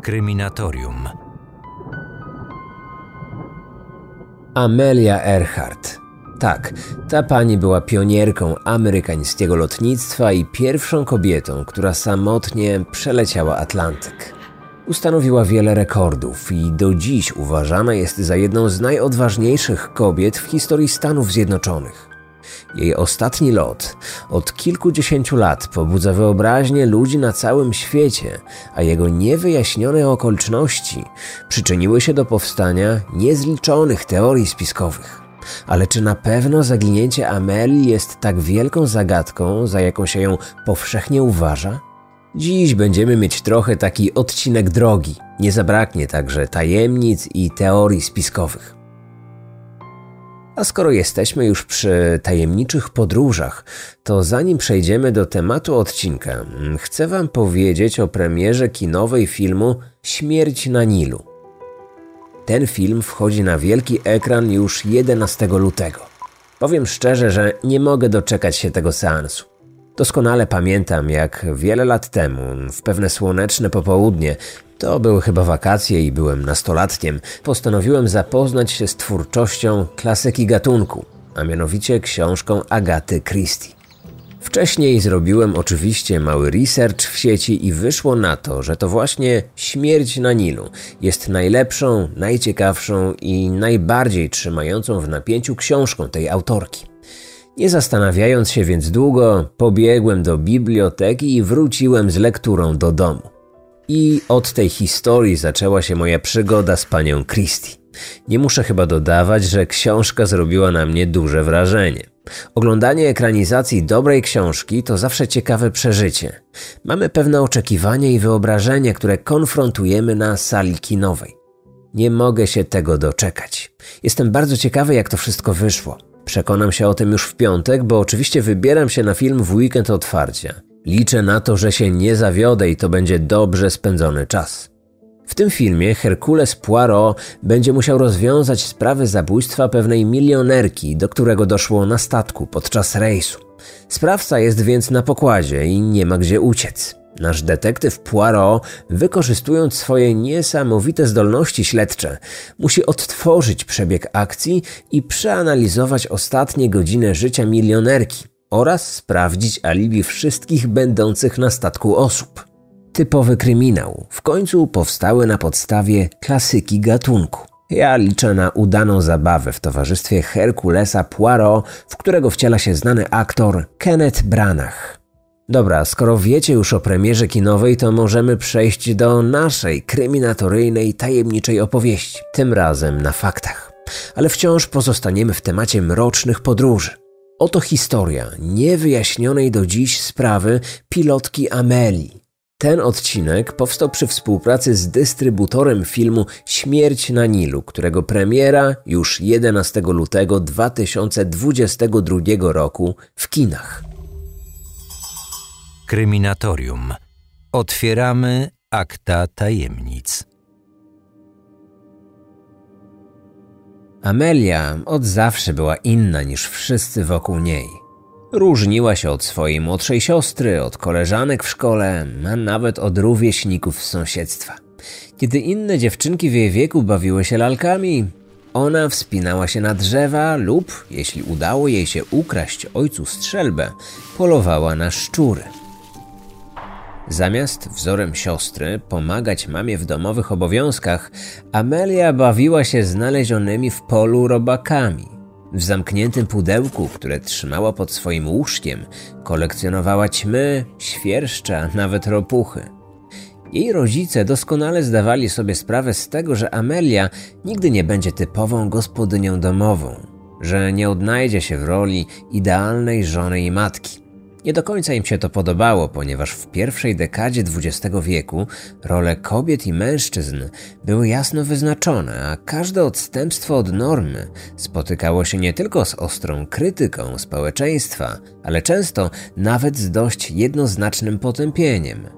Kryminatorium. Amelia Earhart. Tak, ta pani była pionierką amerykańskiego lotnictwa i pierwszą kobietą, która samotnie przeleciała Atlantyk. Ustanowiła wiele rekordów i do dziś uważana jest za jedną z najodważniejszych kobiet w historii Stanów Zjednoczonych. Jej ostatni lot od kilkudziesięciu lat pobudza wyobraźnię ludzi na całym świecie, a jego niewyjaśnione okoliczności przyczyniły się do powstania niezliczonych teorii spiskowych. Ale czy na pewno zaginięcie Amelii jest tak wielką zagadką, za jaką się ją powszechnie uważa? Dziś będziemy mieć trochę taki odcinek drogi. Nie zabraknie także tajemnic i teorii spiskowych. A skoro jesteśmy już przy tajemniczych podróżach, to zanim przejdziemy do tematu odcinka, chcę wam powiedzieć o premierze kinowej filmu Śmierć na Nilu. Ten film wchodzi na wielki ekran już 11 lutego. Powiem szczerze, że nie mogę doczekać się tego seansu. Doskonale pamiętam, jak wiele lat temu, w pewne słoneczne popołudnie, to były chyba wakacje i byłem nastolatkiem, postanowiłem zapoznać się z twórczością klasyki gatunku, a mianowicie książką Agaty Christie. Wcześniej zrobiłem oczywiście mały research w sieci i wyszło na to, że to właśnie Śmierć na Nilu jest najlepszą, najciekawszą i najbardziej trzymającą w napięciu książką tej autorki. Nie zastanawiając się więc długo, pobiegłem do biblioteki i wróciłem z lekturą do domu. I od tej historii zaczęła się moja przygoda z panią Christie. Nie muszę chyba dodawać, że książka zrobiła na mnie duże wrażenie. Oglądanie ekranizacji dobrej książki to zawsze ciekawe przeżycie. Mamy pewne oczekiwania i wyobrażenia, które konfrontujemy na sali kinowej. Nie mogę się tego doczekać. Jestem bardzo ciekawy, jak to wszystko wyszło. Przekonam się o tym już w piątek, bo oczywiście wybieram się na film w weekend otwarcia. Liczę na to, że się nie zawiodę i to będzie dobrze spędzony czas. W tym filmie Hercule Poirot będzie musiał rozwiązać sprawę zabójstwa pewnej milionerki, do którego doszło na statku podczas rejsu. Sprawca jest więc na pokładzie i nie ma gdzie uciec. Nasz detektyw Poirot, wykorzystując swoje niesamowite zdolności śledcze, musi odtworzyć przebieg akcji i przeanalizować ostatnie godziny życia milionerki oraz sprawdzić alibi wszystkich będących na statku osób. Typowy kryminał, w końcu powstały na podstawie klasyki gatunku. Ja liczę na udaną zabawę w towarzystwie Herculesa Poirot, w którego wciela się znany aktor Kenneth Branagh. Dobra, skoro wiecie już o premierze kinowej, to możemy przejść do naszej kryminatoryjnej, tajemniczej opowieści. Tym razem na faktach. Ale wciąż pozostaniemy w temacie mrocznych podróży. Oto historia niewyjaśnionej do dziś sprawy pilotki Amelii. Ten odcinek powstał przy współpracy z dystrybutorem filmu Śmierć na Nilu, którego premiera już 11 lutego 2022 roku w kinach. Kryminatorium. Otwieramy akta tajemnic. Amelia od zawsze była inna niż wszyscy wokół niej. Różniła się od swojej młodszej siostry, od koleżanek w szkole, a nawet od rówieśników z sąsiedztwa. Kiedy inne dziewczynki w jej wieku bawiły się lalkami, ona wspinała się na drzewa lub, jeśli udało jej się ukraść ojcu strzelbę, polowała na szczury. Zamiast wzorem siostry pomagać mamie w domowych obowiązkach, Amelia bawiła się znalezionymi w polu robakami. W zamkniętym pudełku, które trzymała pod swoim łóżkiem, kolekcjonowała ćmy, świerszcze, a nawet ropuchy. Jej rodzice doskonale zdawali sobie sprawę z tego, że Amelia nigdy nie będzie typową gospodynią domową, że nie odnajdzie się w roli idealnej żony i matki. Nie do końca im się to podobało, ponieważ w pierwszej dekadzie XX wieku role kobiet i mężczyzn były jasno wyznaczone, a każde odstępstwo od normy spotykało się nie tylko z ostrą krytyką społeczeństwa, ale często nawet z dość jednoznacznym potępieniem.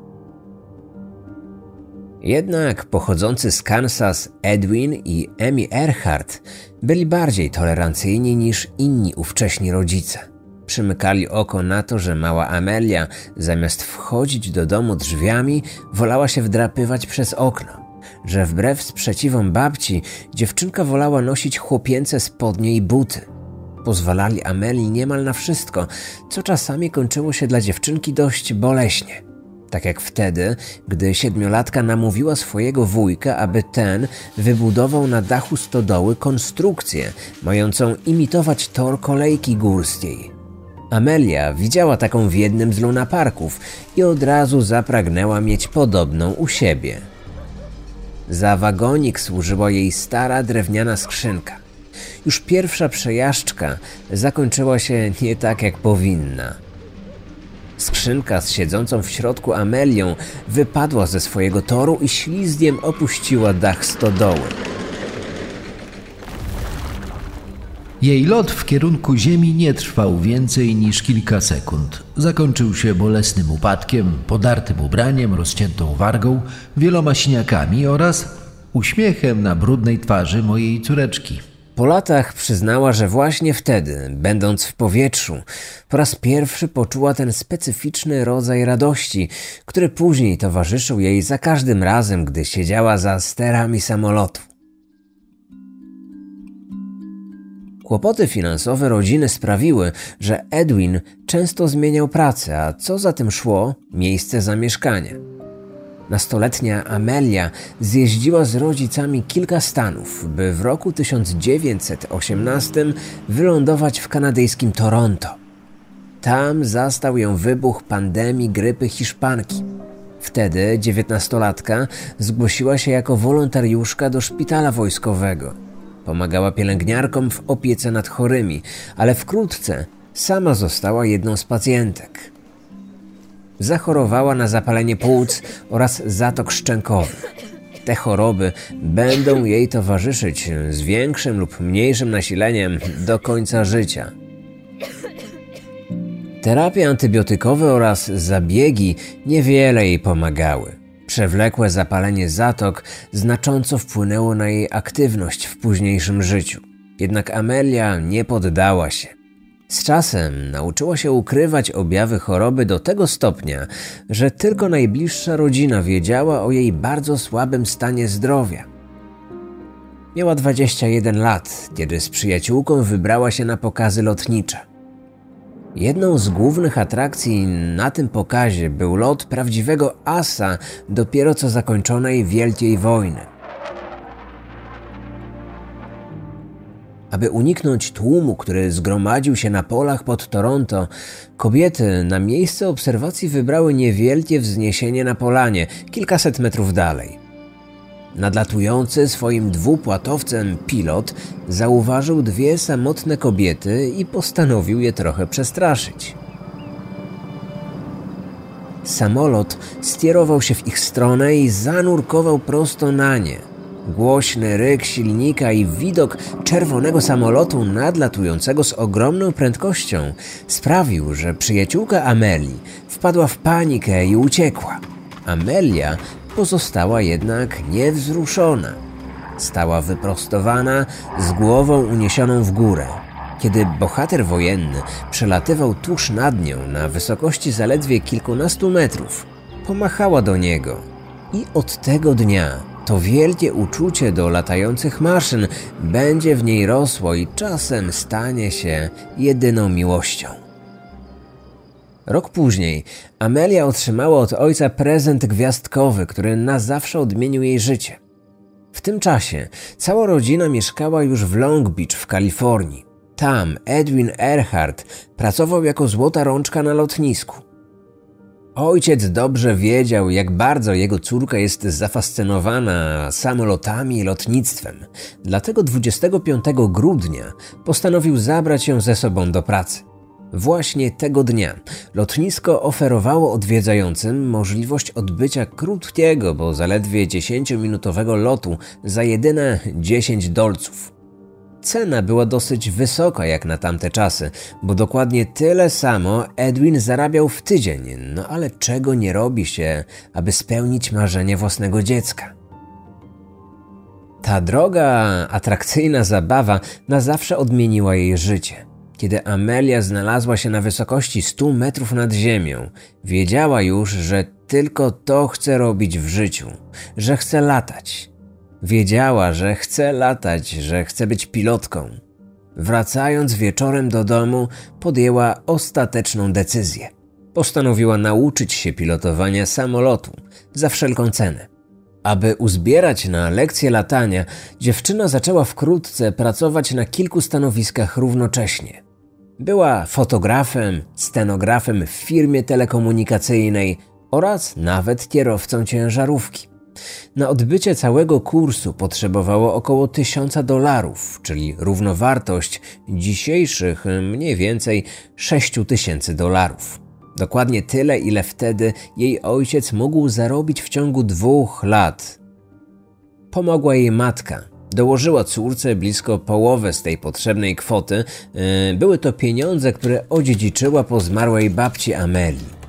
Jednak pochodzący z Kansas Edwin i Amy Earhart byli bardziej tolerancyjni niż inni ówcześni rodzice. Przymykali oko na to, że mała Amelia, zamiast wchodzić do domu drzwiami, wolała się wdrapywać przez okno, że wbrew sprzeciwom babci dziewczynka wolała nosić chłopięce spodnie i buty. Pozwalali Amelii niemal na wszystko, co czasami kończyło się dla dziewczynki dość boleśnie. Tak jak wtedy, gdy 7-latka namówiła swojego wujka, aby ten wybudował na dachu stodoły konstrukcję mającą imitować tor kolejki górskiej. Amelia widziała taką w jednym z lunaparków i od razu zapragnęła mieć podobną u siebie. Za wagonik służyła jej stara drewniana skrzynka. Już pierwsza przejażdżka zakończyła się nie tak jak powinna. Skrzynka z siedzącą w środku Amelią wypadła ze swojego toru i ślizgiem opuściła dach stodoły. Jej lot w kierunku ziemi nie trwał więcej niż kilka sekund. Zakończył się bolesnym upadkiem, podartym ubraniem, rozciętą wargą, wieloma siniakami oraz uśmiechem na brudnej twarzy mojej córeczki. Po latach przyznała, że właśnie wtedy, będąc w powietrzu, po raz pierwszy poczuła ten specyficzny rodzaj radości, który później towarzyszył jej za każdym razem, gdy siedziała za sterami samolotu. Kłopoty finansowe rodziny sprawiły, że Edwin często zmieniał pracę, a co za tym szło, miejsce zamieszkania. Nastoletnia Amelia zjeździła z rodzicami kilka stanów, by w roku 1918 wylądować w kanadyjskim Toronto. Tam zastał ją wybuch pandemii grypy hiszpanki. Wtedy 19-latka zgłosiła się jako wolontariuszka do szpitala wojskowego. Pomagała pielęgniarkom w opiece nad chorymi, ale wkrótce sama została jedną z pacjentek. Zachorowała na zapalenie płuc oraz zatok szczękowy. Te choroby będą jej towarzyszyć z większym lub mniejszym nasileniem do końca życia. Terapie antybiotykowe oraz zabiegi niewiele jej pomagały. Przewlekłe zapalenie zatok znacząco wpłynęło na jej aktywność w późniejszym życiu. Jednak Amelia nie poddała się. Z czasem nauczyła się ukrywać objawy choroby do tego stopnia, że tylko najbliższa rodzina wiedziała o jej bardzo słabym stanie zdrowia. Miała 21 lat, kiedy z przyjaciółką wybrała się na pokazy lotnicze. Jedną z głównych atrakcji na tym pokazie był lot prawdziwego asa dopiero co zakończonej Wielkiej Wojny. Aby uniknąć tłumu, który zgromadził się na polach pod Toronto, kobiety na miejsce obserwacji wybrały niewielkie wzniesienie na polanie, kilkaset metrów dalej. Nadlatujący swoim dwupłatowcem pilot zauważył dwie samotne kobiety i postanowił je trochę przestraszyć. Samolot skierował się w ich stronę i zanurkował prosto na nie. Głośny ryk silnika i widok czerwonego samolotu nadlatującego z ogromną prędkością sprawił, że przyjaciółka Amelii wpadła w panikę i uciekła. Amelia pozostała jednak niewzruszona. Stała wyprostowana, z głową uniesioną w górę. Kiedy bohater wojenny przelatywał tuż nad nią na wysokości zaledwie kilkunastu metrów, pomachała do niego. I od tego dnia to wielkie uczucie do latających maszyn będzie w niej rosło i czasem stanie się jedyną miłością. Rok później Amelia otrzymała od ojca prezent gwiazdkowy, który na zawsze odmienił jej życie. W tym czasie cała rodzina mieszkała już w Long Beach w Kalifornii. Tam Edwin Earhart pracował jako złota rączka na lotnisku. Ojciec dobrze wiedział, jak bardzo jego córka jest zafascynowana samolotami i lotnictwem. Dlatego 25 grudnia postanowił zabrać ją ze sobą do pracy. Właśnie tego dnia lotnisko oferowało odwiedzającym możliwość odbycia krótkiego, bo zaledwie 10-minutowego lotu za jedyne $10. Cena była dosyć wysoka jak na tamte czasy, bo dokładnie tyle samo Edwin zarabiał w tydzień, no ale czego nie robi się, aby spełnić marzenie własnego dziecka. Ta droga, atrakcyjna zabawa na zawsze odmieniła jej życie. Kiedy Amelia znalazła się na wysokości 100 metrów nad ziemią, wiedziała już, że tylko to chce robić w życiu, że chce latać. Wiedziała, że chce latać, że chce być pilotką. Wracając wieczorem do domu, podjęła ostateczną decyzję. Postanowiła nauczyć się pilotowania samolotu za wszelką cenę. Aby uzbierać na lekcje latania, dziewczyna zaczęła wkrótce pracować na kilku stanowiskach równocześnie. Była fotografem, scenografem w firmie telekomunikacyjnej oraz nawet kierowcą ciężarówki. Na odbycie całego kursu potrzebowało około $1000, czyli równowartość dzisiejszych mniej więcej $6000. Dokładnie tyle, ile wtedy jej ojciec mógł zarobić w ciągu 2 lat. Pomogła jej matka. Dołożyła córce blisko połowę z tej potrzebnej kwoty. Były to pieniądze, które odziedziczyła po zmarłej babci Amelii.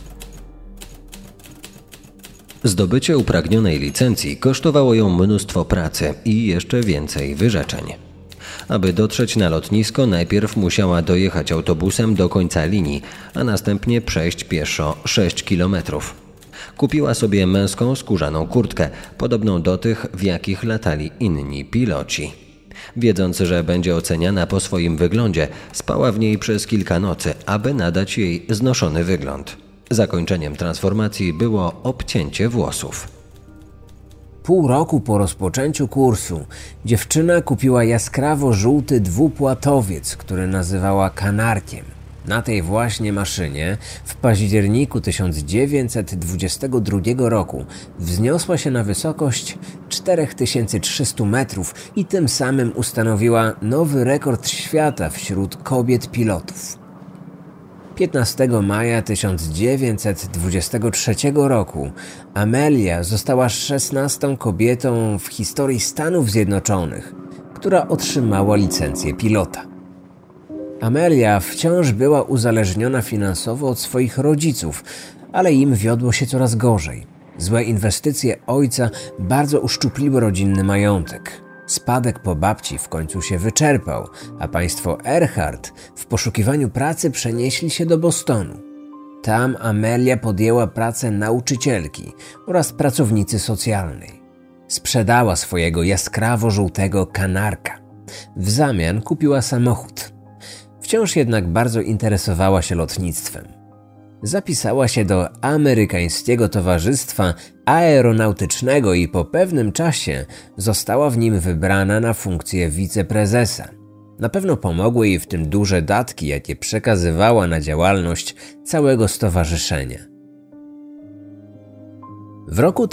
Zdobycie upragnionej licencji kosztowało ją mnóstwo pracy i jeszcze więcej wyrzeczeń. Aby dotrzeć na lotnisko, najpierw musiała dojechać autobusem do końca linii, a następnie przejść pieszo 6 kilometrów. Kupiła sobie męską skórzaną kurtkę, podobną do tych, w jakich latali inni piloci. Wiedząc, że będzie oceniana po swoim wyglądzie, spała w niej przez kilka nocy, aby nadać jej znoszony wygląd. Zakończeniem transformacji było obcięcie włosów. Pół roku po rozpoczęciu kursu dziewczyna kupiła jaskrawo-żółty dwupłatowiec, który nazywała kanarkiem. Na tej właśnie maszynie w październiku 1922 roku wzniosła się na wysokość 4300 metrów i tym samym ustanowiła nowy rekord świata wśród kobiet pilotów. 15 maja 1923 roku Amelia została 16. kobietą w historii Stanów Zjednoczonych, która otrzymała licencję pilota. Amelia wciąż była uzależniona finansowo od swoich rodziców, ale im wiodło się coraz gorzej. Złe inwestycje ojca bardzo uszczupliły rodzinny majątek. Spadek po babci w końcu się wyczerpał, a państwo Earhart w poszukiwaniu pracy przenieśli się do Bostonu. Tam Amelia podjęła pracę nauczycielki oraz pracownicy socjalnej. Sprzedała swojego jaskrawo-żółtego kanarka. W zamian kupiła samochód. Wciąż jednak bardzo interesowała się lotnictwem. Zapisała się do Amerykańskiego Towarzystwa Aeronautycznego i po pewnym czasie została w nim wybrana na funkcję wiceprezesa. Na pewno pomogły jej w tym duże datki, jakie przekazywała na działalność całego stowarzyszenia. W roku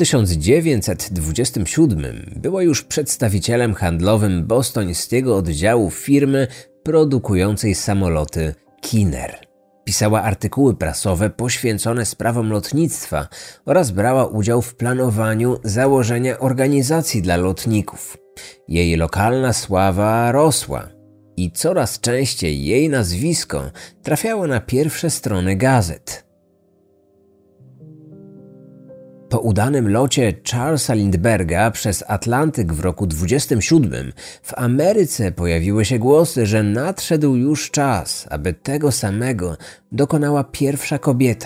1927 była już przedstawicielem handlowym bostońskiego oddziału firmy produkującej samoloty Kinner. Pisała artykuły prasowe poświęcone sprawom lotnictwa oraz brała udział w planowaniu założenia organizacji dla lotników. Jej lokalna sława rosła i coraz częściej jej nazwisko trafiało na pierwsze strony gazet. Po udanym locie Charlesa Lindbergha przez Atlantyk w roku 27 w Ameryce pojawiły się głosy, że nadszedł już czas, aby tego samego dokonała pierwsza kobieta.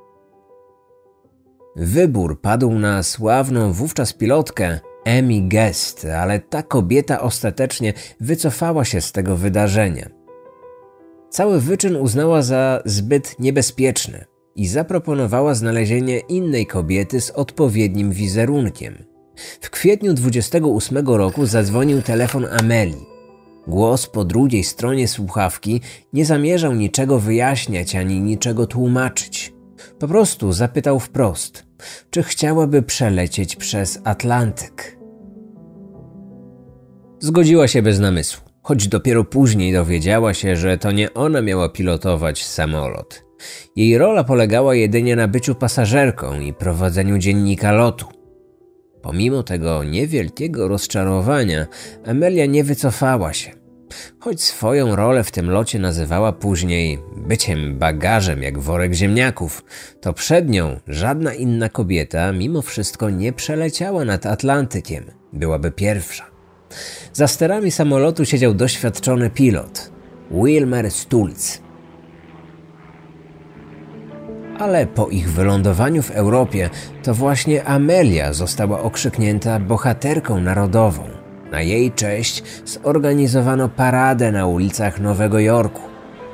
Wybór padł na sławną wówczas pilotkę Amy Guest, ale ta kobieta ostatecznie wycofała się z tego wydarzenia. Cały wyczyn uznała za zbyt niebezpieczny i zaproponowała znalezienie innej kobiety z odpowiednim wizerunkiem. W kwietniu 28 roku zadzwonił telefon Amelii. Głos po drugiej stronie słuchawki nie zamierzał niczego wyjaśniać ani niczego tłumaczyć. Po prostu zapytał wprost, czy chciałaby przelecieć przez Atlantyk. Zgodziła się bez namysłu, choć dopiero później dowiedziała się, że to nie ona miała pilotować samolot. Jej rola polegała jedynie na byciu pasażerką i prowadzeniu dziennika lotu. Pomimo tego niewielkiego rozczarowania, Amelia nie wycofała się. Choć swoją rolę w tym locie nazywała później byciem bagażem jak worek ziemniaków, to przed nią żadna inna kobieta mimo wszystko nie przeleciała nad Atlantykiem. Byłaby pierwsza. Za sterami samolotu siedział doświadczony pilot. Wilmer Stultz. Ale po ich wylądowaniu w Europie to właśnie Amelia została okrzyknięta bohaterką narodową. Na jej cześć zorganizowano paradę na ulicach Nowego Jorku.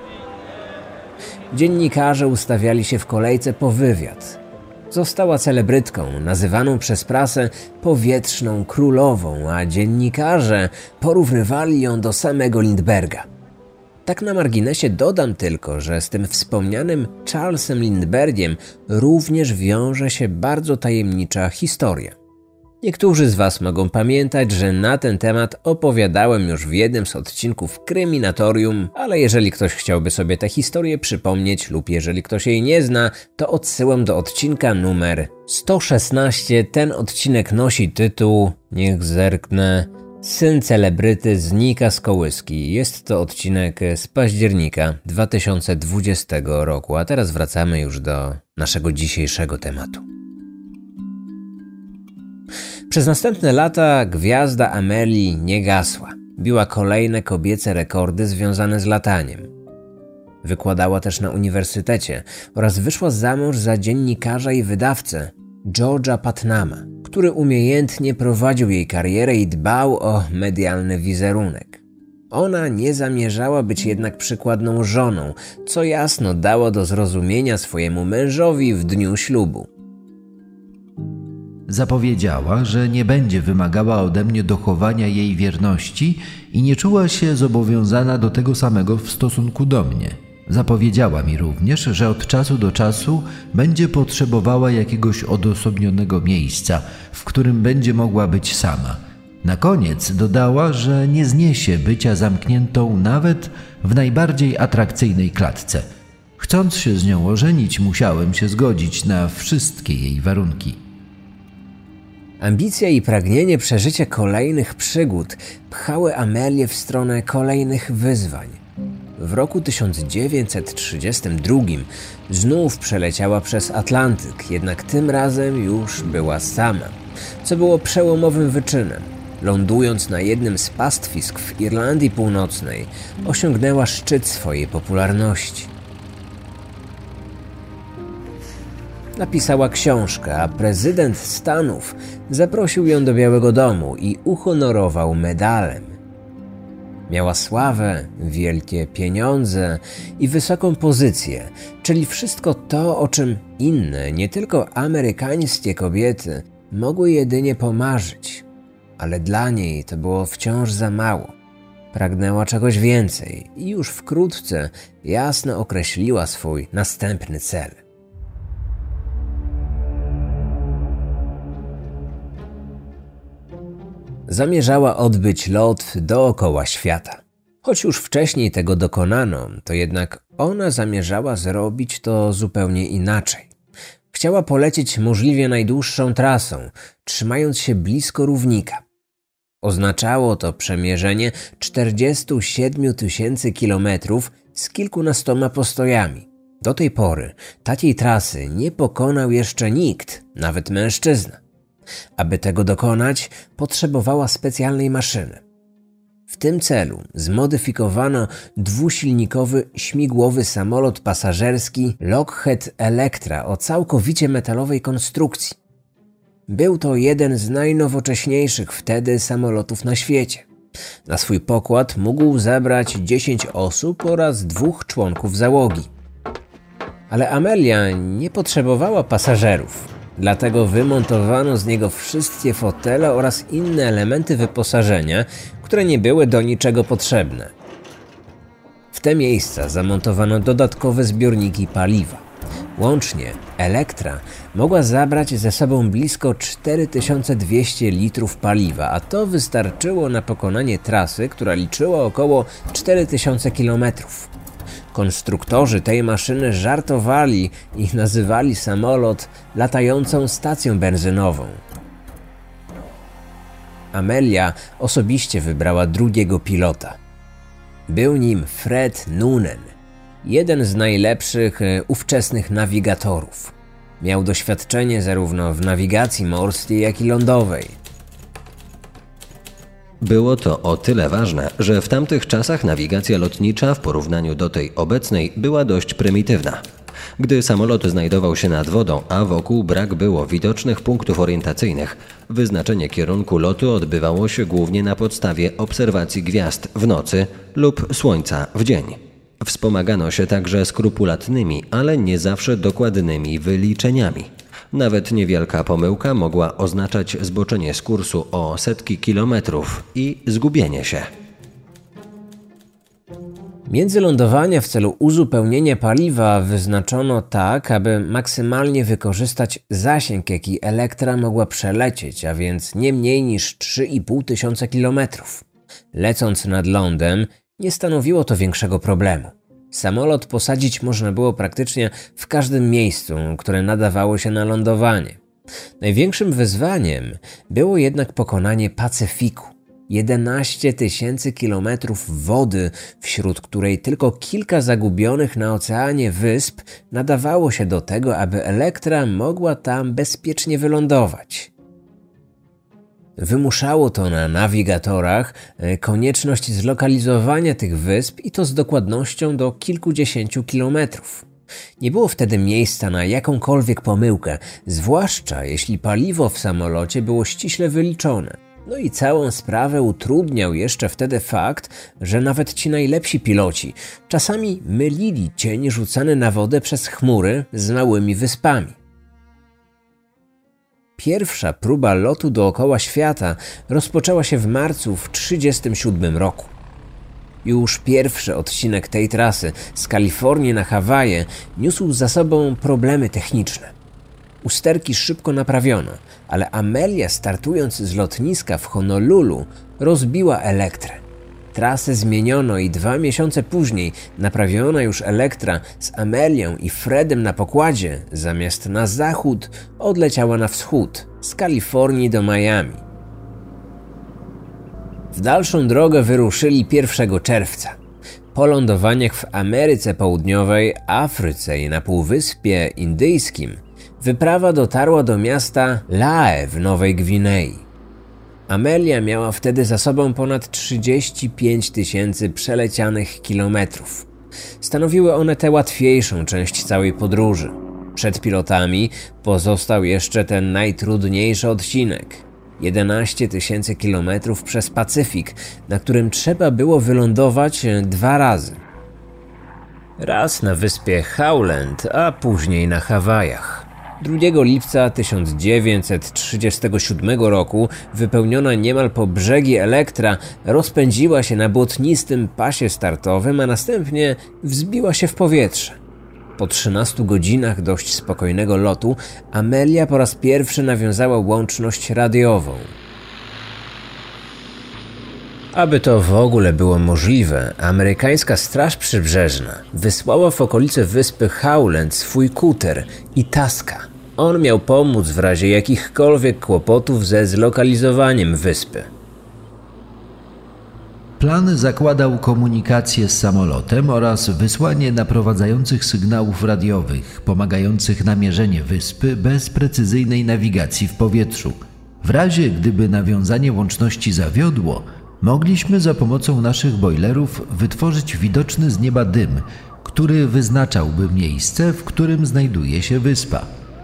Dziennikarze ustawiali się w kolejce po wywiad. Została celebrytką, nazywaną przez prasę powietrzną królową, a dziennikarze porównywali ją do samego Lindberga. Tak na marginesie dodam tylko, że z tym wspomnianym Charlesem Lindbergiem również wiąże się bardzo tajemnicza historia. Niektórzy z Was mogą pamiętać, że na ten temat opowiadałem już w jednym z odcinków Kryminatorium, ale jeżeli ktoś chciałby sobie tę historię przypomnieć lub jeżeli ktoś jej nie zna, to odsyłam do odcinka numer 116. Ten odcinek nosi tytuł, niech zerknę, Syn celebryty znika z kołyski. Jest to odcinek z października 2020 roku, a teraz wracamy już do naszego dzisiejszego tematu. Przez następne lata gwiazda Amelii nie gasła. Biła kolejne kobiece rekordy związane z lataniem. Wykładała też na uniwersytecie oraz wyszła za mąż za dziennikarza i wydawcę George'a Putnama, który umiejętnie prowadził jej karierę i dbał o medialny wizerunek. Ona nie zamierzała być jednak przykładną żoną, co jasno dało do zrozumienia swojemu mężowi w dniu ślubu. Zapowiedziała, że nie będzie wymagała ode mnie dochowania jej wierności i nie czuła się zobowiązana do tego samego w stosunku do mnie. Zapowiedziała mi również, że od czasu do czasu będzie potrzebowała jakiegoś odosobnionego miejsca, w którym będzie mogła być sama. Na koniec dodała, że nie zniesie bycia zamkniętą nawet w najbardziej atrakcyjnej klatce. Chcąc się z nią ożenić, musiałem się zgodzić na wszystkie jej warunki. Ambicja i pragnienie przeżycia kolejnych przygód pchały Amelię w stronę kolejnych wyzwań. W roku 1932 znów przeleciała przez Atlantyk, jednak tym razem już była sama, co było przełomowym wyczynem. Lądując na jednym z pastwisk w Irlandii Północnej, osiągnęła szczyt swojej popularności. Napisała książkę, a prezydent Stanów zaprosił ją do Białego Domu i uhonorował medalem. Miała sławę, wielkie pieniądze i wysoką pozycję, czyli wszystko to, o czym inne, nie tylko amerykańskie kobiety mogły jedynie pomarzyć. Ale dla niej to było wciąż za mało. Pragnęła czegoś więcej i już wkrótce jasno określiła swój następny cel. Zamierzała odbyć lot dookoła świata. Choć już wcześniej tego dokonano, to jednak ona zamierzała zrobić to zupełnie inaczej. Chciała polecieć możliwie najdłuższą trasą, trzymając się blisko równika. Oznaczało to przemierzenie 47 000 kilometrów z kilkunastoma postojami. Do tej pory takiej trasy nie pokonał jeszcze nikt, nawet mężczyzna. Aby tego dokonać, potrzebowała specjalnej maszyny. W tym celu zmodyfikowano dwusilnikowy śmigłowy samolot pasażerski Lockheed Electra o całkowicie metalowej konstrukcji. Był to jeden z najnowocześniejszych wtedy samolotów na świecie. Na swój pokład mógł zabrać 10 osób oraz 2 członków załogi. Ale Amelia nie potrzebowała pasażerów. Dlatego wymontowano z niego wszystkie fotele oraz inne elementy wyposażenia, które nie były do niczego potrzebne. W te miejsca zamontowano dodatkowe zbiorniki paliwa. Łącznie Electra mogła zabrać ze sobą blisko 4200 litrów paliwa, a to wystarczyło na pokonanie trasy, która liczyła około 4000 kilometrów. Konstruktorzy tej maszyny żartowali i nazywali samolot latającą stacją benzynową. Amelia osobiście wybrała drugiego pilota. Był nim Fred Noonan, jeden z najlepszych ówczesnych nawigatorów. Miał doświadczenie zarówno w nawigacji morskiej, jak i lądowej. Było to o tyle ważne, że w tamtych czasach nawigacja lotnicza w porównaniu do tej obecnej była dość prymitywna. Gdy samolot znajdował się nad wodą, a wokół brak było widocznych punktów orientacyjnych, wyznaczenie kierunku lotu odbywało się głównie na podstawie obserwacji gwiazd w nocy lub słońca w dzień. Wspomagano się także skrupulatnymi, ale nie zawsze dokładnymi wyliczeniami. Nawet niewielka pomyłka mogła oznaczać zboczenie z kursu o setki kilometrów i zgubienie się. Międzylądowania w celu uzupełnienia paliwa wyznaczono tak, aby maksymalnie wykorzystać zasięg, jaki Elektra mogła przelecieć, a więc nie mniej niż 3500 kilometrów. Lecąc nad lądem, nie stanowiło to większego problemu. Samolot posadzić można było praktycznie w każdym miejscu, które nadawało się na lądowanie. Największym wyzwaniem było jednak pokonanie Pacyfiku. 11 000 kilometrów wody, wśród której tylko kilka zagubionych na oceanie wysp nadawało się do tego, aby Elektra mogła tam bezpiecznie wylądować. Wymuszało to na nawigatorach konieczność zlokalizowania tych wysp i to z dokładnością do kilkudziesięciu kilometrów. Nie było wtedy miejsca na jakąkolwiek pomyłkę, zwłaszcza jeśli paliwo w samolocie było ściśle wyliczone. No i całą sprawę utrudniał jeszcze wtedy fakt, że nawet ci najlepsi piloci czasami mylili cień rzucany na wodę przez chmury z małymi wyspami. Pierwsza próba lotu dookoła świata rozpoczęła się w marcu w 1937 roku. Już pierwszy odcinek tej trasy z Kalifornii na Hawaje niósł za sobą problemy techniczne. Usterki szybko naprawiono, ale Amelia, startując z lotniska w Honolulu, rozbiła Elektrę. Trasę zmieniono i 2 miesiące później naprawiona już Elektra z Amelią i Fredem na pokładzie, zamiast na zachód, odleciała na wschód, z Kalifornii do Miami. W dalszą drogę wyruszyli 1 czerwca. Po lądowaniach w Ameryce Południowej, Afryce i na Półwyspie Indyjskim wyprawa dotarła do miasta Lae w Nowej Gwinei. Amelia miała wtedy za sobą ponad 35 000 przelecianych kilometrów. Stanowiły one tę łatwiejszą część całej podróży. Przed pilotami pozostał jeszcze ten najtrudniejszy odcinek. 11 000 kilometrów przez Pacyfik, na którym trzeba było wylądować 2 razy. Raz na wyspie Howland, a później na Hawajach. 2 lipca 1937 roku wypełniona niemal po brzegi Elektra rozpędziła się na błotnistym pasie startowym, a następnie wzbiła się w powietrze. Po 13 godzinach dość spokojnego lotu Amelia po raz pierwszy nawiązała łączność radiową. Aby to w ogóle było możliwe, amerykańska Straż Przybrzeżna wysłała w okolice wyspy Howland swój kuter Itasca. On miał pomóc w razie jakichkolwiek kłopotów ze zlokalizowaniem wyspy. Plan zakładał komunikację z samolotem oraz wysłanie naprowadzających sygnałów radiowych, pomagających na mierzenie wyspy bez precyzyjnej nawigacji w powietrzu. W razie gdyby nawiązanie łączności zawiodło, mogliśmy za pomocą naszych bojlerów wytworzyć widoczny z nieba dym, który wyznaczałby miejsce, w którym znajduje się wyspa.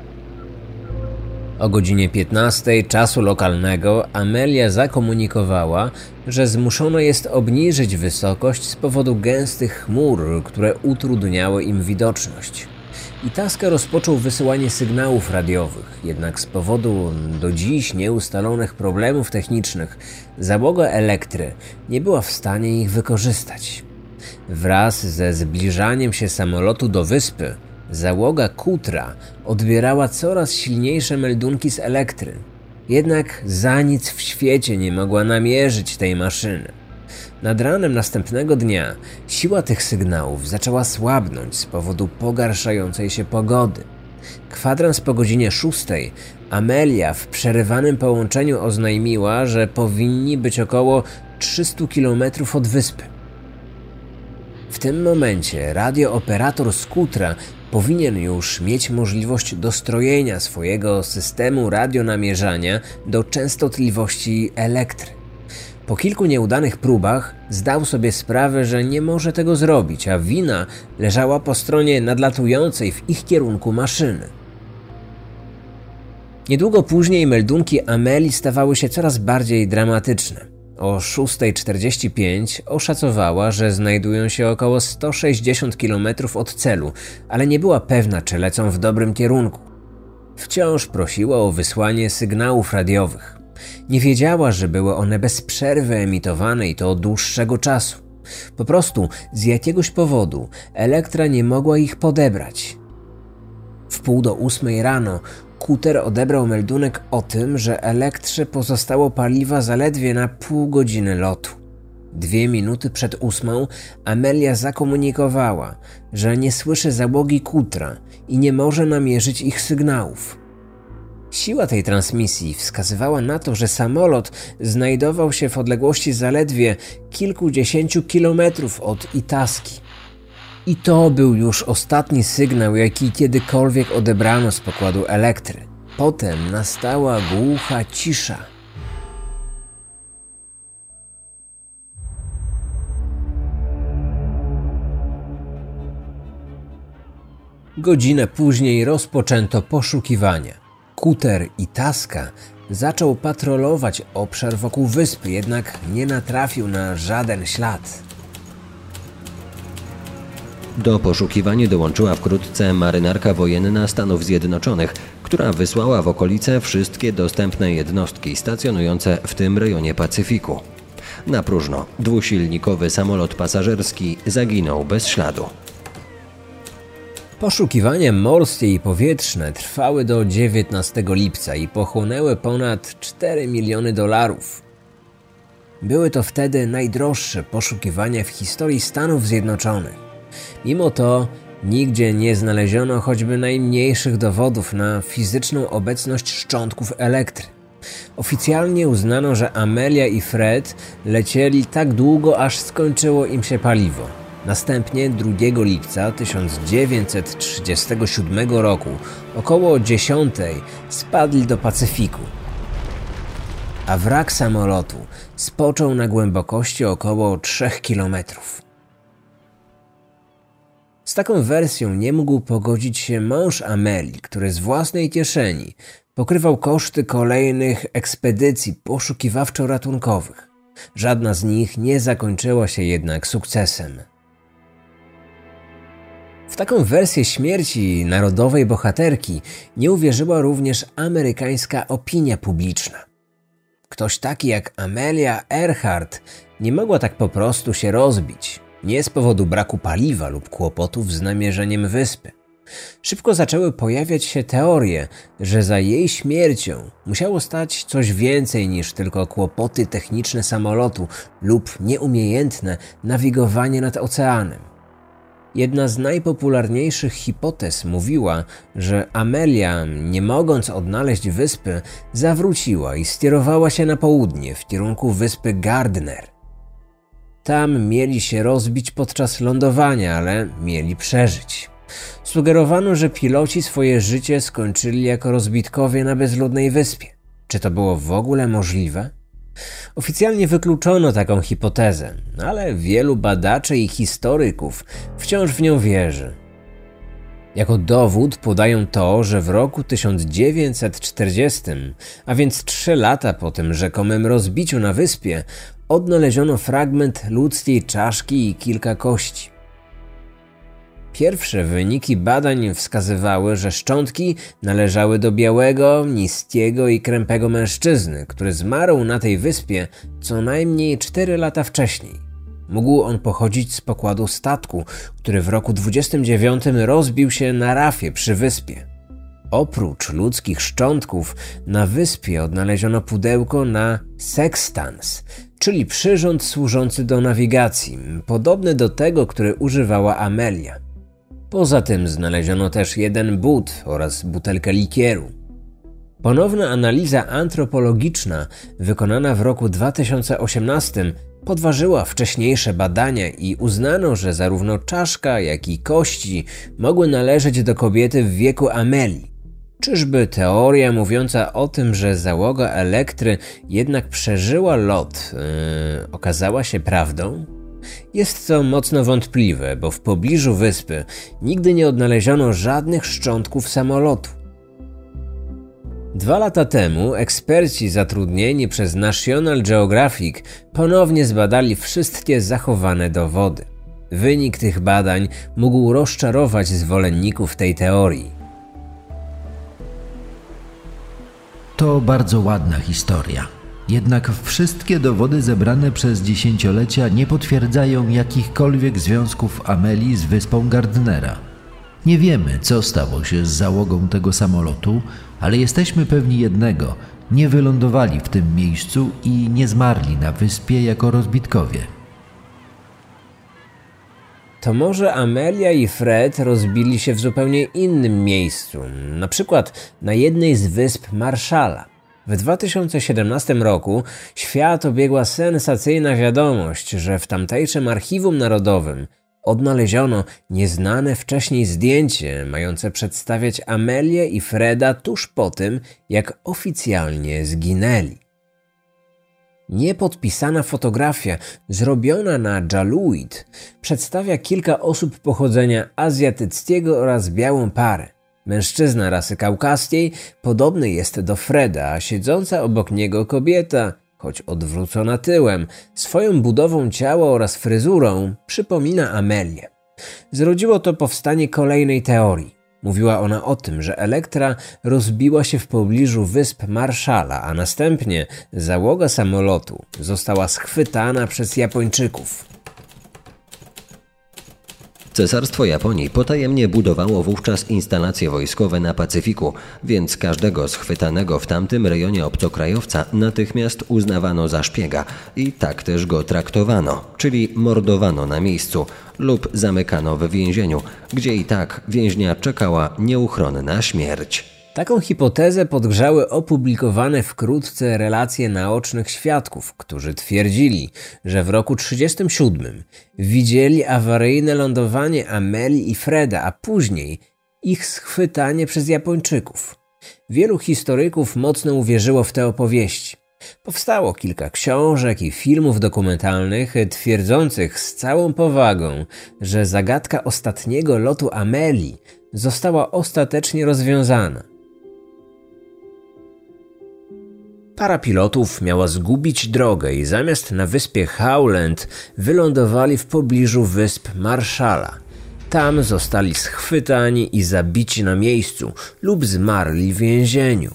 O godzinie 15 czasu lokalnego Amelia zakomunikowała, że zmuszono jest obniżyć wysokość z powodu gęstych chmur, które utrudniały im widoczność. Itasca rozpoczął wysyłanie sygnałów radiowych, jednak z powodu do dziś nieustalonych problemów technicznych załoga Elektry nie była w stanie ich wykorzystać. Wraz ze zbliżaniem się samolotu do wyspy, załoga kutra odbierała coraz silniejsze meldunki z Elektry. Jednak za nic w świecie nie mogła namierzyć tej maszyny. Nad ranem następnego dnia siła tych sygnałów zaczęła słabnąć z powodu pogarszającej się pogody. Kwadrans po godzinie 6 Amelia w przerywanym połączeniu oznajmiła, że powinni być około 300 km od wyspy. W tym momencie radiooperator z kutra powinien już mieć możliwość dostrojenia swojego systemu radionamierzania do częstotliwości Elektry. Po kilku nieudanych próbach zdał sobie sprawę, że nie może tego zrobić, a wina leżała po stronie nadlatującej w ich kierunku maszyny. Niedługo później meldunki Ameli stawały się coraz bardziej dramatyczne. O 6:45 oszacowała, że znajdują się około 160 km od celu, ale nie była pewna, czy lecą w dobrym kierunku. Wciąż prosiła o wysłanie sygnałów radiowych. Nie wiedziała, że były one bez przerwy emitowane i to od dłuższego czasu. Po prostu z jakiegoś powodu Elektra nie mogła ich podebrać. W 7:30 rano Kuter odebrał meldunek o tym, że Elektrze pozostało paliwa zaledwie na pół godziny lotu. 2 minuty przed 8 Amelia zakomunikowała, że nie słyszy załogi Kutera i nie może namierzyć ich sygnałów. Siła tej transmisji wskazywała na to, że samolot znajdował się w odległości zaledwie kilkudziesięciu kilometrów od Itaski. I to był już ostatni sygnał, jaki kiedykolwiek odebrano z pokładu Elektry. Potem nastała głucha cisza. Godzinę później rozpoczęto poszukiwania. Kuter Itaska zaczął patrolować obszar wokół wyspy, jednak nie natrafił na żaden ślad. Do poszukiwań dołączyła wkrótce marynarka wojenna Stanów Zjednoczonych, która wysłała w okolice wszystkie dostępne jednostki stacjonujące w tym rejonie Pacyfiku. Na próżno, dwusilnikowy samolot pasażerski zaginął bez śladu. Poszukiwania morskie i powietrzne trwały do 19 lipca i pochłonęły ponad $4 miliony. Były to wtedy najdroższe poszukiwania w historii Stanów Zjednoczonych. Mimo to nigdzie nie znaleziono choćby najmniejszych dowodów na fizyczną obecność szczątków Elektry. Oficjalnie uznano, że Amelia i Fred lecieli tak długo, aż skończyło im się paliwo. Następnie 2 lipca 1937 roku około 10 spadli do Pacyfiku, a wrak samolotu spoczął na głębokości około 3 kilometrów. Z taką wersją nie mógł pogodzić się mąż Ameli, który z własnej kieszeni pokrywał koszty kolejnych ekspedycji poszukiwawczo-ratunkowych. Żadna z nich nie zakończyła się jednak sukcesem. W taką wersję śmierci narodowej bohaterki nie uwierzyła również amerykańska opinia publiczna. Ktoś taki jak Amelia Earhart nie mogła tak po prostu się rozbić. Nie z powodu braku paliwa lub kłopotów z namierzeniem wyspy. Szybko zaczęły pojawiać się teorie, że za jej śmiercią musiało stać coś więcej niż tylko kłopoty techniczne samolotu lub nieumiejętne nawigowanie nad oceanem. Jedna z najpopularniejszych hipotez mówiła, że Amelia, nie mogąc odnaleźć wyspy, zawróciła i skierowała się na południe w kierunku wyspy Gardner. Tam mieli się rozbić podczas lądowania, ale mieli przeżyć. Sugerowano, że piloci swoje życie skończyli jako rozbitkowie na bezludnej wyspie. Czy to było w ogóle możliwe? Oficjalnie wykluczono taką hipotezę, ale wielu badaczy i historyków wciąż w nią wierzy. Jako dowód podają to, że w roku 1940, a więc 3 lata po tym rzekomym rozbiciu na wyspie, odnaleziono fragment ludzkiej czaszki i kilka kości. Pierwsze wyniki badań wskazywały, że szczątki należały do białego, niskiego i krępego mężczyzny, który zmarł na tej wyspie co najmniej 4 lata wcześniej. Mógł on pochodzić z pokładu statku, który w roku 29 rozbił się na rafie przy wyspie. Oprócz ludzkich szczątków na wyspie odnaleziono pudełko na sextans, czyli przyrząd służący do nawigacji, podobny do tego, który używała Amelia. Poza tym znaleziono też jeden but oraz butelkę likieru. Ponowna analiza antropologiczna wykonana w roku 2018 podważyła wcześniejsze badania i uznano, że zarówno czaszka, jak i kości mogły należeć do kobiety w wieku Ameli. Czyżby teoria mówiąca o tym, że załoga Elektry jednak przeżyła lot, okazała się prawdą? Jest to mocno wątpliwe, bo w pobliżu wyspy nigdy nie odnaleziono żadnych szczątków samolotu. 2 lata temu eksperci zatrudnieni przez National Geographic ponownie zbadali wszystkie zachowane dowody. Wynik tych badań mógł rozczarować zwolenników tej teorii. To bardzo ładna historia. Jednak wszystkie dowody zebrane przez dziesięciolecia nie potwierdzają jakichkolwiek związków Amelii z wyspą Gardnera. Nie wiemy, co stało się z załogą tego samolotu, ale jesteśmy pewni jednego: nie wylądowali w tym miejscu i nie zmarli na wyspie jako rozbitkowie. To może Amelia i Fred rozbili się w zupełnie innym miejscu, na przykład na jednej z wysp Marshalla. W 2017 roku świat obiegła sensacyjna wiadomość, że w tamtejszym archiwum narodowym odnaleziono nieznane wcześniej zdjęcie mające przedstawiać Amelię i Freda tuż po tym, jak oficjalnie zginęli. Niepodpisana fotografia zrobiona na Jaluit przedstawia kilka osób pochodzenia azjatyckiego oraz białą parę. Mężczyzna rasy kaukaskiej podobny jest do Freda, a siedząca obok niego kobieta, choć odwrócona tyłem, swoją budową ciała oraz fryzurą przypomina Amelię. Zrodziło to powstanie kolejnej teorii. Mówiła ona o tym, że Elektra rozbiła się w pobliżu wysp Marshalla, a następnie załoga samolotu została schwytana przez Japończyków. Cesarstwo Japonii potajemnie budowało wówczas instalacje wojskowe na Pacyfiku, więc każdego schwytanego w tamtym rejonie obcokrajowca natychmiast uznawano za szpiega i tak też go traktowano, czyli mordowano na miejscu lub zamykano w więzieniu, gdzie i tak więźnia czekała nieuchronna śmierć. Taką hipotezę podgrzały opublikowane wkrótce relacje naocznych świadków, którzy twierdzili, że w roku 1937 widzieli awaryjne lądowanie Amelii i Freda, a później ich schwytanie przez Japończyków. Wielu historyków mocno uwierzyło w te opowieści. Powstało kilka książek i filmów dokumentalnych twierdzących z całą powagą, że zagadka ostatniego lotu Amelii została ostatecznie rozwiązana. Para pilotów miała zgubić drogę i zamiast na wyspie Howland wylądowali w pobliżu wysp Marshalla. Tam zostali schwytani i zabici na miejscu lub zmarli w więzieniu.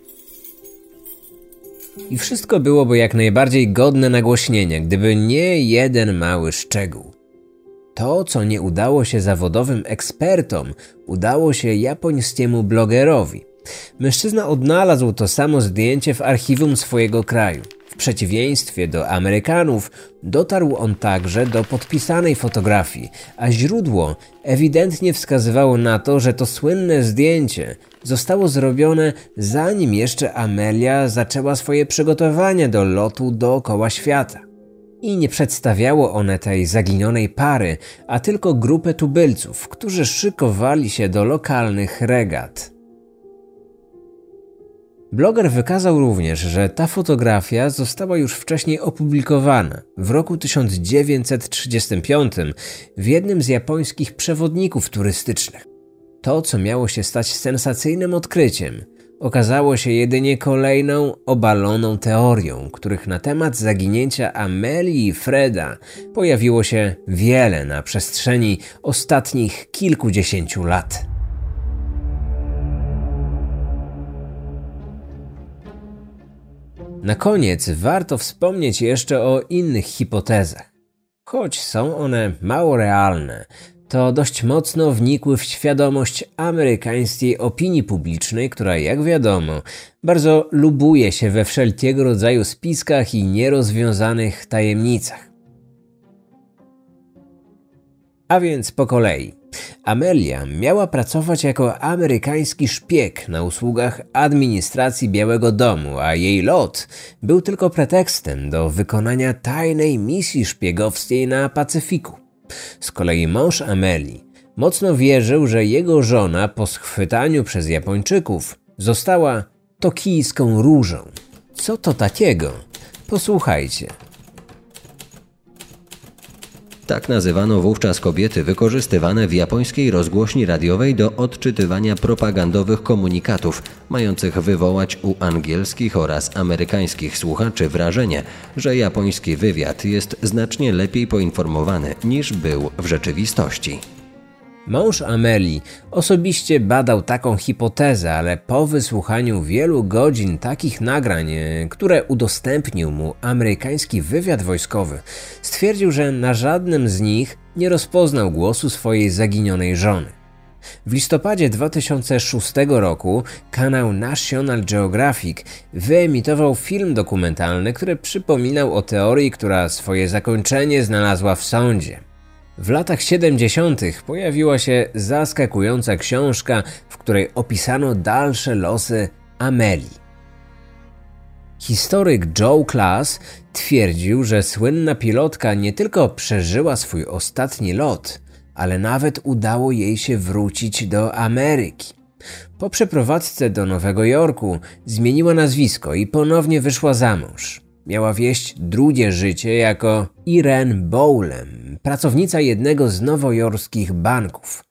I wszystko byłoby jak najbardziej godne nagłośnienia, gdyby nie jeden mały szczegół. To, co nie udało się zawodowym ekspertom, udało się japońskiemu blogerowi. Mężczyzna odnalazł to samo zdjęcie w archiwum swojego kraju. W przeciwieństwie do Amerykanów dotarł on także do podpisanej fotografii, a źródło ewidentnie wskazywało na to, że to słynne zdjęcie zostało zrobione zanim jeszcze Amelia zaczęła swoje przygotowania do lotu dookoła świata. I nie przedstawiało one tej zaginionej pary, a tylko grupę tubylców, którzy szykowali się do lokalnych regat. Bloger wykazał również, że ta fotografia została już wcześniej opublikowana w roku 1935 w jednym z japońskich przewodników turystycznych. To, co miało się stać sensacyjnym odkryciem, okazało się jedynie kolejną obaloną teorią, których na temat zaginięcia Amelii i Freda pojawiło się wiele na przestrzeni ostatnich kilkudziesięciu lat. Na koniec warto wspomnieć jeszcze o innych hipotezach. Choć są one mało realne, to dość mocno wnikły w świadomość amerykańskiej opinii publicznej, która, jak wiadomo, bardzo lubuje się we wszelkiego rodzaju spiskach i nierozwiązanych tajemnicach. A więc po kolei. Amelia miała pracować jako amerykański szpieg na usługach administracji Białego Domu, a jej lot był tylko pretekstem do wykonania tajnej misji szpiegowskiej na Pacyfiku. Z kolei mąż Amelii mocno wierzył, że jego żona po schwytaniu przez Japończyków Została tokijską różą. Co to takiego? Posłuchajcie. Tak nazywano wówczas kobiety wykorzystywane w japońskiej rozgłośni radiowej do odczytywania propagandowych komunikatów, mających wywołać u angielskich oraz amerykańskich słuchaczy wrażenie, że japoński wywiad jest znacznie lepiej poinformowany niż był w rzeczywistości. Mąż Amelii osobiście badał taką hipotezę, ale po wysłuchaniu wielu godzin takich nagrań, które udostępnił mu amerykański wywiad wojskowy, stwierdził, że na żadnym z nich nie rozpoznał głosu swojej zaginionej żony. W listopadzie 2006 roku kanał National Geographic wyemitował film dokumentalny, który przypominał o teorii, która swoje zakończenie znalazła w sądzie. W latach 70. pojawiła się zaskakująca książka, w której opisano dalsze losy Amelii. Historyk Joe Class twierdził, że słynna pilotka nie tylko przeżyła swój ostatni lot, ale nawet udało jej się wrócić do Ameryki. Po przeprowadzce do Nowego Jorku zmieniła nazwisko i ponownie wyszła za mąż. Miała wieść drugie życie jako Irene Boulem, pracownica jednego z nowojorskich banków.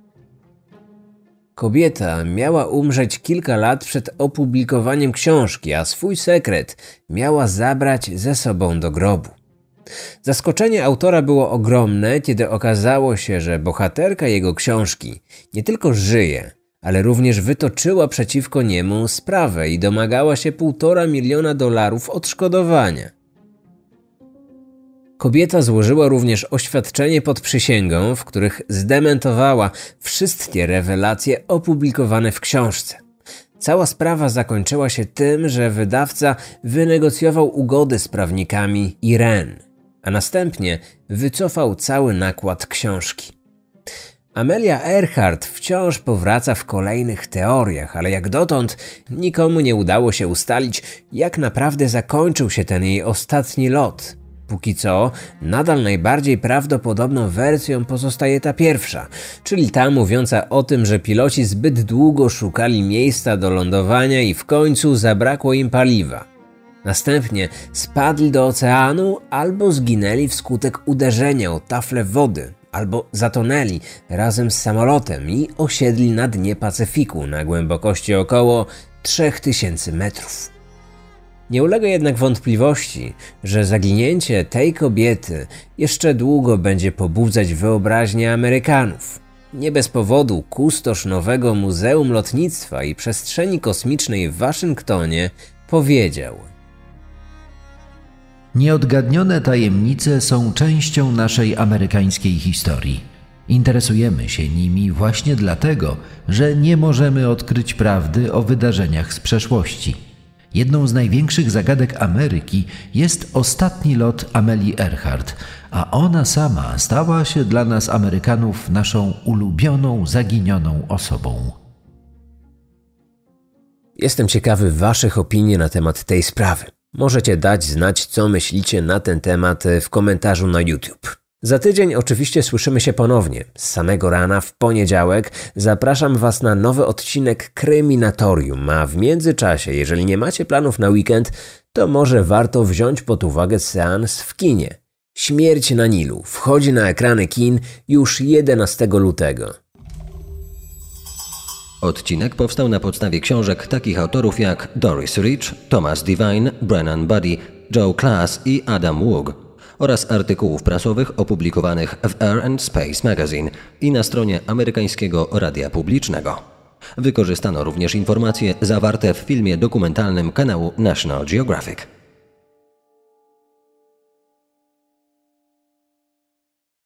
Kobieta miała umrzeć kilka lat przed opublikowaniem książki, a swój sekret miała zabrać ze sobą do grobu. Zaskoczenie autora było ogromne, kiedy okazało się, że bohaterka jego książki nie tylko żyje, ale również wytoczyła przeciwko niemu sprawę i domagała się $1,5 miliona odszkodowania. Kobieta złożyła również oświadczenie pod przysięgą, w których zdementowała wszystkie rewelacje opublikowane w książce. Cała sprawa zakończyła się tym, że wydawca wynegocjował ugody z prawnikami Irene, a następnie wycofał cały nakład książki. Amelia Earhart wciąż powraca w kolejnych teoriach, ale jak dotąd nikomu nie udało się ustalić, jak naprawdę zakończył się ten jej ostatni lot. Póki co, nadal najbardziej prawdopodobną wersją pozostaje ta pierwsza, czyli ta mówiąca o tym, że piloci zbyt długo szukali miejsca do lądowania i w końcu zabrakło im paliwa. Następnie spadli do oceanu albo zginęli wskutek uderzenia o taflę wody, albo zatonęli razem z samolotem i osiedli na dnie Pacyfiku na głębokości około 3000 metrów. Nie ulega jednak wątpliwości, że zaginięcie tej kobiety jeszcze długo będzie pobudzać wyobraźnię Amerykanów. Nie bez powodu kustosz nowego Muzeum Lotnictwa i Przestrzeni Kosmicznej w Waszyngtonie powiedział: Nieodgadnione tajemnice są częścią naszej amerykańskiej historii. Interesujemy się nimi właśnie dlatego, że nie możemy odkryć prawdy o wydarzeniach z przeszłości. Jedną z największych zagadek Ameryki jest ostatni lot Amelii Earhart, a ona sama stała się dla nas Amerykanów naszą ulubioną, zaginioną osobą. Jestem ciekawy Waszych opinii na temat tej sprawy. Możecie dać znać, co myślicie na ten temat w komentarzu na YouTube. Za tydzień oczywiście słyszymy się ponownie. Z samego rana w poniedziałek zapraszam Was na nowy odcinek Kryminatorium, a w międzyczasie, jeżeli nie macie planów na weekend, to może warto wziąć pod uwagę seans w kinie. Śmierć na Nilu wchodzi na ekrany kin już 11 lutego. Odcinek powstał na podstawie książek takich autorów jak Doris Rich, Thomas Devine, Brennan Buddy, Joe Class i Adam Woog oraz artykułów prasowych opublikowanych w Air and Space Magazine i na stronie amerykańskiego radia publicznego. Wykorzystano również informacje zawarte w filmie dokumentalnym kanału National Geographic.